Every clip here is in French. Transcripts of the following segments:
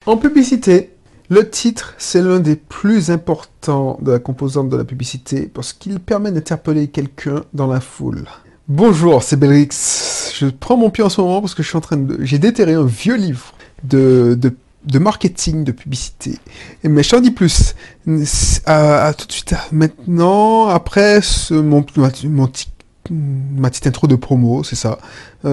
En publicité, le titre, c'est l'un des plus importants de la composante de la publicité parce qu'il permet d'interpeller quelqu'un dans la foule. Bonjour, c'est Belrix. Je prends mon pied en ce moment parce que je suis en train de... J'ai déterré un vieux livre de marketing, de publicité. Mais je t'en dis plus. À tout de suite. Maintenant, après ma petite intro de promo, c'est ça.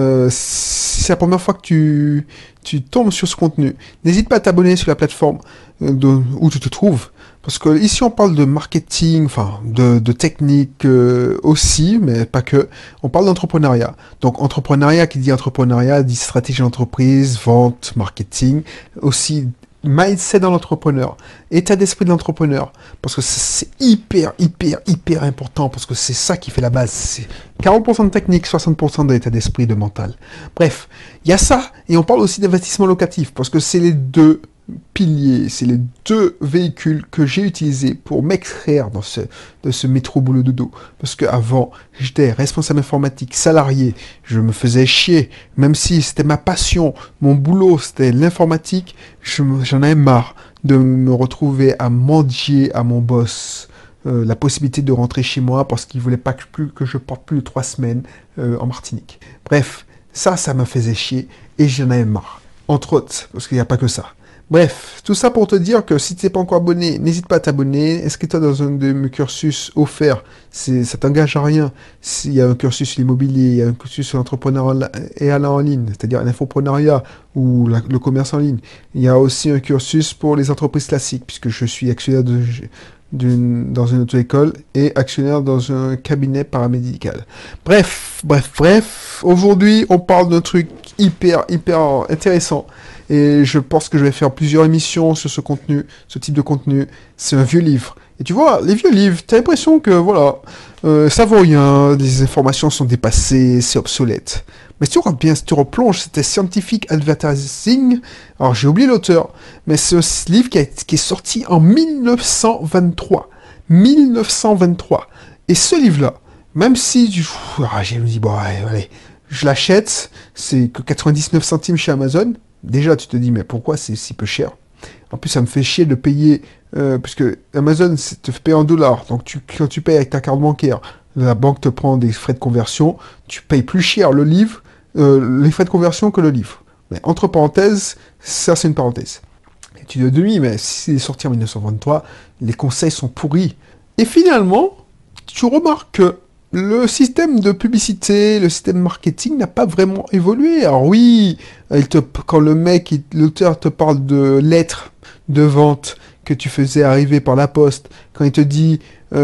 Si c'est la première fois que tu tombes sur ce contenu, n'hésite pas à t'abonner sur la plateforme où tu te trouves. Parce que ici on parle de marketing, enfin de technique aussi, mais pas que. On parle d'entrepreneuriat. Donc entrepreneuriat, qui dit entrepreneuriat, dit stratégie d'entreprise, vente, marketing, aussi mindset dans l'entrepreneur, état d'esprit de l'entrepreneur, parce que c'est hyper important, parce que c'est ça qui fait la base. C'est 40% de technique, 60% de l'état d'esprit, de mental. Bref, il y a ça, et on parle aussi d'investissement locatif, parce que c'est les deux piliers, c'est les deux véhicules que j'ai utilisés pour m'extraire de ce métro boulot dodo. Parce qu'avant, j'étais responsable informatique, salarié, je me faisais chier, même si c'était ma passion, mon boulot c'était l'informatique, j'en avais marre de me retrouver à mendier à mon boss la possibilité de rentrer chez moi parce qu'il voulait pas que je porte plus de 3 semaines en Martinique. Bref, ça me faisait chier et j'en avais marre. Entre autres, parce qu'il n'y a pas que ça. Bref, tout ça pour te dire que si tu n'es pas encore abonné, n'hésite pas à t'abonner. Inscris-toi dans un de mes cursus offerts. Ça t'engage à rien. Il y a un cursus sur l'immobilier, il y a un cursus sur l'entrepreneuriat et en ligne, c'est-à-dire l'infopreneuriat ou le commerce en ligne. Il y a aussi un cursus pour les entreprises classiques, puisque je suis actionnaire dans une auto-école et actionnaire dans un cabinet paramédical. Bref. Aujourd'hui, on parle d'un truc hyper intéressant. Et je pense que je vais faire plusieurs émissions sur ce contenu, ce type de contenu. C'est un vieux livre. Et tu vois, les vieux livres, t'as l'impression que, voilà, ça vaut rien, les informations sont dépassées, c'est obsolète. Mais si tu replonges, c'était Scientific Advertising. Alors, j'ai oublié l'auteur, mais c'est un livre qui est sorti en 1923. 1923. Et ce livre-là, même si je me dis, bon, allez, je l'achète, c'est que 99 centimes chez Amazon. Déjà, tu te dis, mais pourquoi c'est si peu cher? En plus, ça me fait chier de payer, puisque Amazon te fait payer en dollars. Donc, quand tu payes avec ta carte bancaire, la banque te prend des frais de conversion, tu payes plus cher le livre, les frais de conversion que le livre. Mais entre parenthèses, ça c'est une parenthèse. Et tu te dis, mais si c'est sorti en 1923, les conseils sont pourris. Et finalement, tu remarques que le système de publicité, le système marketing n'a pas vraiment évolué. Alors oui, quand l'auteur te parle de lettres de vente que tu faisais arriver par la poste, quand il te dit,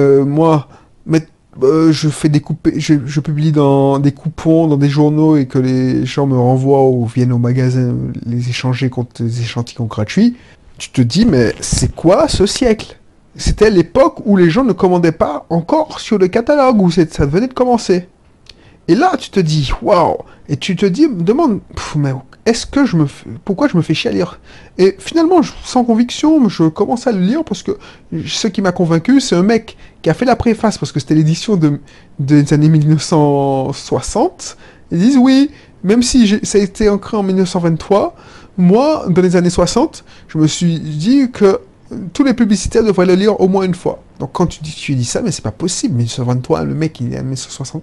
je publie dans des coupons, dans des journaux et que les gens me renvoient ou viennent au magasin les échanger contre des échantillons gratuits, tu te dis, mais c'est quoi ce siècle ? C'était l'époque où les gens ne commandaient pas encore sur le catalogue, où ça venait de commencer. Et là, tu te dis, waouh! Et tu te demandes, mais pourquoi je me fais chier à lire? Et finalement, sans conviction, je commence à le lire parce que ce qui m'a convaincu, c'est un mec qui a fait la préface, parce que c'était l'édition des années 1960. Ils disent, oui, même si ça a été ancré en 1923, moi, dans les années 60, je me suis dit que tous les publicitaires devraient le lire au moins une fois. Donc quand tu dis ça, mais c'est pas possible. 1923, le mec il est en 1960.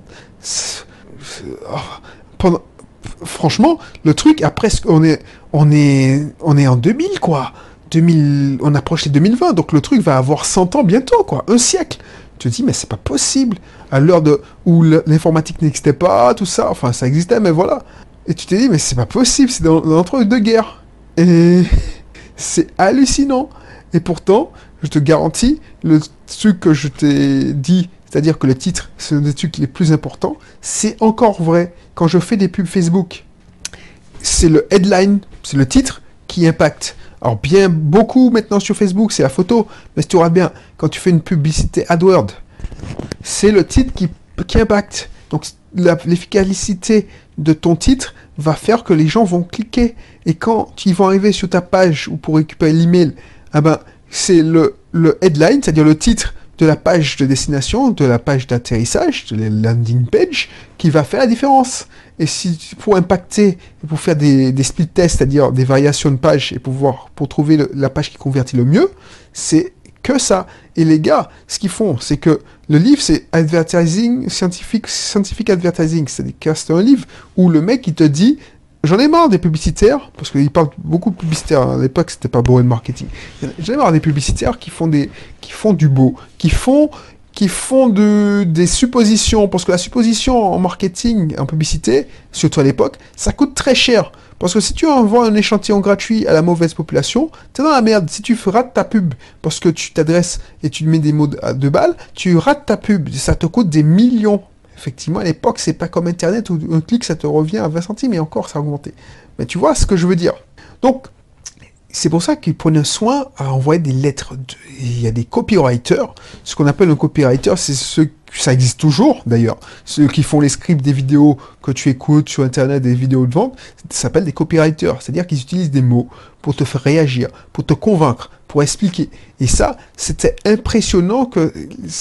Franchement, le truc a presque, on est en 2000 quoi. 2000, on approche les 2020, donc le truc va avoir 100 ans bientôt quoi, un siècle. Tu te dis mais c'est pas possible. À l'heure où l'informatique n'existait pas, tout ça, enfin ça existait mais voilà. Et tu te dis mais c'est pas possible, c'est dans l'entre-deux-guerres. Et c'est hallucinant. Et pourtant, je te garantis, le truc que je t'ai dit, c'est-à-dire que le titre, c'est un des trucs les plus importants, c'est encore vrai. Quand je fais des pubs Facebook, c'est le headline, c'est le titre qui impacte. Alors bien beaucoup maintenant sur Facebook, c'est la photo, mais si tu regardes bien, quand tu fais une publicité AdWords, c'est le titre qui impacte. Donc l'efficacité de ton titre va faire que les gens vont cliquer. Et quand ils vont arriver sur ta page ou pour récupérer l'email, c'est le headline, c'est-à-dire le titre de la page de destination, de la page d'atterrissage, de la landing page, qui va faire la différence. Et si pour impacter, et pour faire des split tests, c'est-à-dire des variations de pages, et pour trouver la page qui convertit le mieux, c'est que ça. Et les gars, ce qu'ils font, c'est que le livre, c'est advertising, scientific advertising. C'est-à-dire que c'est un livre où le mec, il te dit, j'en ai marre des publicitaires, parce qu'il parle beaucoup de publicitaires, hein. À l'époque, c'était pas beau de marketing. J'en ai marre des publicitaires qui font du beau, qui font des suppositions, parce que la supposition en marketing, en publicité, surtout à l'époque, ça coûte très cher. Parce que si tu envoies un échantillon gratuit à la mauvaise population, t'es dans la merde. Si tu rates ta pub, parce que tu t'adresses et tu mets des mots de balles, tu rates ta pub. Ça te coûte des millions. Effectivement, à l'époque, c'est pas comme Internet où un clic, ça te revient à 20 centimes et encore, ça a augmenté. Mais tu vois ce que je veux dire. Donc, c'est pour ça qu'ils prenaient soin à envoyer des lettres. Il y a des copywriters. Ce qu'on appelle un copywriter, c'est ça existe toujours d'ailleurs. Ceux qui font les scripts des vidéos que tu écoutes sur Internet, des vidéos de vente, ça s'appelle des copywriters. C'est-à-dire qu'ils utilisent des mots pour te faire réagir, pour te convaincre, pour expliquer. Et ça, c'était impressionnant que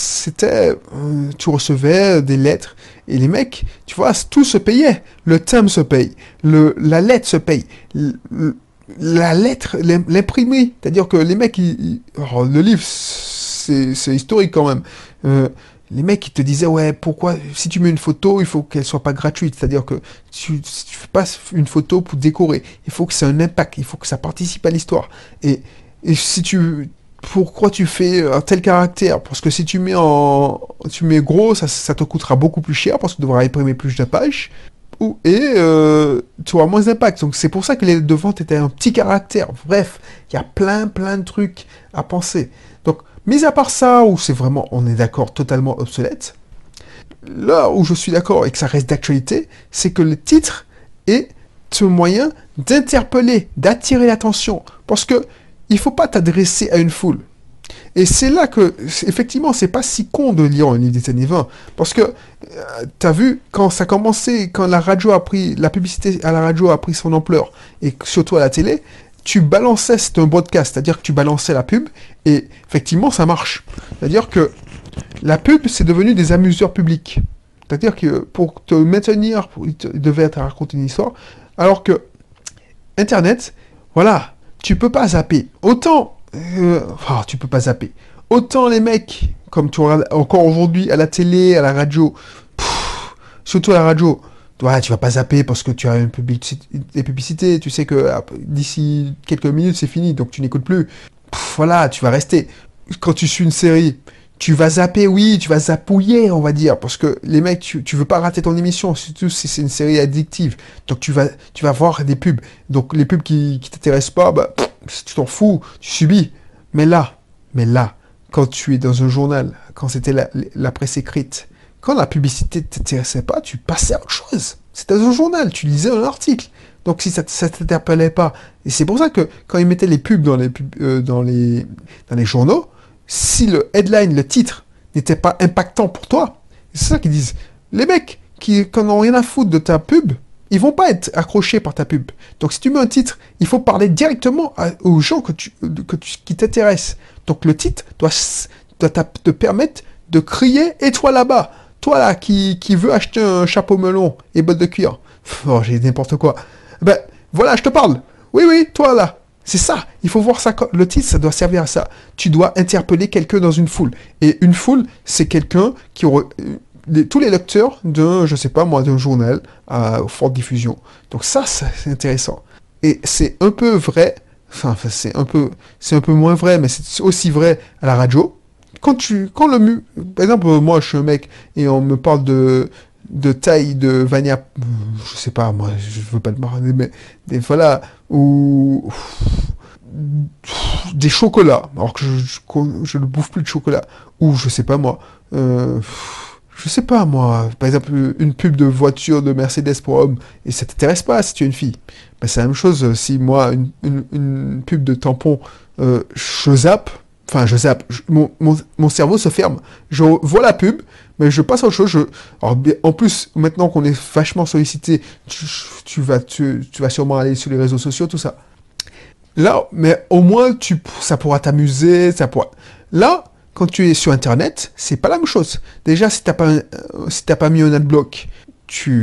tu recevais des lettres et les mecs, tu vois, tout se payait. Le thème se paye, la lettre se paye. La lettre, l'imprimé, c'est-à-dire que les mecs, le livre, c'est historique quand même. Les mecs, ils te disaient, ouais, pourquoi, si tu mets une photo, il faut qu'elle soit pas gratuite. C'est-à-dire que tu fais pas une photo pour décorer. Il faut que ça ait un impact. Il faut que ça participe à l'histoire. Et pourquoi tu fais un tel caractère? Parce que si tu mets gros, ça te coûtera beaucoup plus cher parce que tu devras imprimer plus de pages. Tu auras moins d'impact. Donc c'est pour ça que les lettres de vente étaient un petit caractère. Bref, il y a plein de trucs à penser. Donc, mis à part ça, où c'est vraiment, on est d'accord, totalement obsolète, là où je suis d'accord et que ça reste d'actualité, c'est que le titre est un moyen d'interpeller, d'attirer l'attention. Parce que il faut pas t'adresser à une foule. Et c'est là que, effectivement, c'est pas si con de lire un livre des années 20. Parce que, t'as vu, quand ça a commencé, quand la publicité à la radio a pris son ampleur, et surtout à la télé, tu balançais, c'était un broadcast, c'est-à-dire que tu balançais la pub, et effectivement, ça marche. C'est-à-dire que la pub, c'est devenu des amuseurs publics. C'est-à-dire que pour te maintenir, il devait te raconter une histoire, alors que Internet, voilà, tu peux pas zapper. Tu peux pas zapper. Autant les mecs, comme tu regardes encore aujourd'hui à la télé, à la radio, surtout à la radio, ouais, tu vas pas zapper parce que tu as des publicités, tu sais que d'ici quelques minutes c'est fini, donc tu n'écoutes plus. Voilà, tu vas rester. Quand tu suis une série, tu vas zapper, oui, tu vas zapouiller, on va dire, parce que les mecs, tu veux pas rater ton émission, surtout si c'est une série addictive. Donc tu vas voir des pubs. Donc les pubs qui t'intéressent pas, bah, tu t'en fous, tu subis. Mais là, quand tu es dans un journal, quand c'était la presse écrite, quand la publicité ne t'intéressait pas, tu passais à autre chose. C'était dans un journal, tu lisais un article. Donc si ça t'interpellait pas, et c'est pour ça que quand ils mettaient les pubs dans les journaux, si le headline, le titre, n'était pas impactant pour toi, c'est ça qu'ils disent. Les mecs qui n'en ont rien à foutre de ta pub, ils vont pas être accrochés par ta pub. Donc si tu mets un titre, il faut parler directement aux gens qui t'intéressent. Donc le titre doit te permettre de crier « Et toi là-bas !» Toi là qui veux acheter un chapeau melon et bottes de cuir. Oh, j'ai n'importe quoi. Ben voilà, je te parle. Oui, toi là. C'est ça. Il faut voir ça. Le titre, ça doit servir à ça. Tu dois interpeller quelqu'un dans une foule. Et une foule, c'est quelqu'un qui aurait... tous les lecteurs d'un journal à forte diffusion. Donc ça, c'est intéressant. Et c'est un peu vrai, c'est un peu moins vrai, mais c'est aussi vrai à la radio. Par exemple, moi, je suis un mec, et on me parle de taille de Vania, je sais pas, moi, je veux pas te marrer, mais voilà, ou des chocolats, alors que je ne bouffe plus de chocolat, ou je sais pas moi, par exemple, une pub de voiture de Mercedes pour homme, et ça t'intéresse pas si tu es une fille. Ben, c'est la même chose si moi, une pub de tampon, je zappe, mon cerveau se ferme. Je vois la pub, mais je passe à autre chose. Alors, en plus, maintenant qu'on est vachement sollicité, tu vas sûrement aller sur les réseaux sociaux, tout ça. Là, mais au moins, ça pourra t'amuser, Là, quand tu es sur Internet, c'est pas la même chose. Déjà, si t'as pas mis un adblock,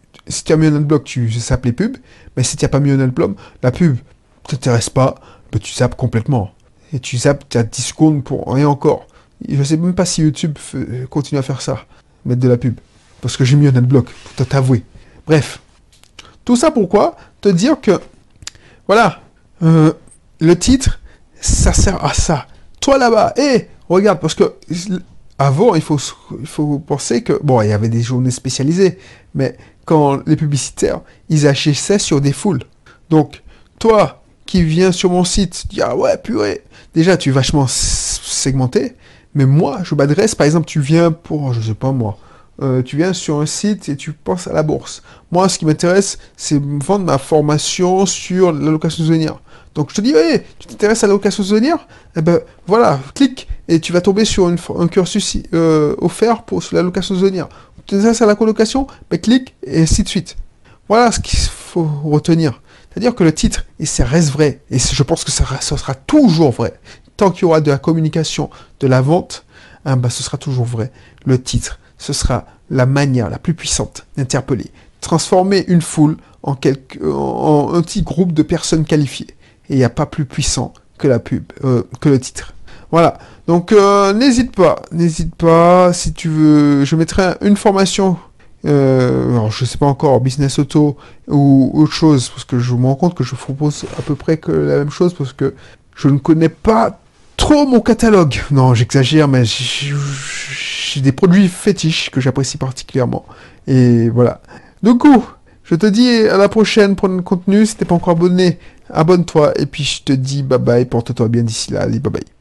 si tu as mis un adblock, ça zappes les pubs, mais si tu n'as pas mis un adblock, la pub ne t'intéresse pas, ben, tu zappes complètement. Et tu zappes, tu as 10 secondes pour rien encore. Je sais même pas si YouTube continue à faire ça, mettre de la pub. Parce que j'ai mis un adblock, pour t'avouer. Bref. Tout ça pourquoi? Te dire que, voilà, le titre, ça sert à ça. Toi là-bas, regarde, parce que avant, il faut penser que, bon, il y avait des journées spécialisées, mais quand les publicitaires, ils agissaient sur des foules. Donc, toi qui viens sur mon site, tu dis, ah ouais, purée, déjà, tu es vachement segmenté, mais moi, je m'adresse, par exemple, tu viens pour, je sais pas moi, tu viens sur un site et tu penses à la bourse. Moi, ce qui m'intéresse, c'est vendre ma formation sur la location saisonnière. Donc, je te dis, hey, tu t'intéresses à la location saisonnière? Eh ben, voilà, clique et tu vas tomber sur un cursus offert sur la location saisonnière. Tu t'intéresses à la colocation? Ben, clique et ainsi de suite. Voilà ce qu'il faut retenir. C'est-à-dire que le titre, et ça reste vrai, et je pense que ça sera toujours vrai. Tant qu'il y aura de la communication, de la vente, hein, ben, ce sera toujours vrai. Le titre, ce sera la manière la plus puissante d'interpeller. Transformer une foule en un petit groupe de personnes qualifiées. Et il n'y a pas plus puissant que la pub, que le titre. Voilà. Donc, n'hésite pas, si tu veux, je mettrai une formation, alors je sais pas encore, business auto ou autre chose, parce que je me rends compte que je propose à peu près que la même chose, parce que je ne connais pas trop mon catalogue. Non, j'exagère, mais j'ai des produits fétiches que j'apprécie particulièrement. Et voilà. Du coup, je te dis à la prochaine pour le contenu. Si t'es pas encore abonné, abonne-toi. Et puis je te dis bye bye, porte-toi bien d'ici là. Allez, bye bye.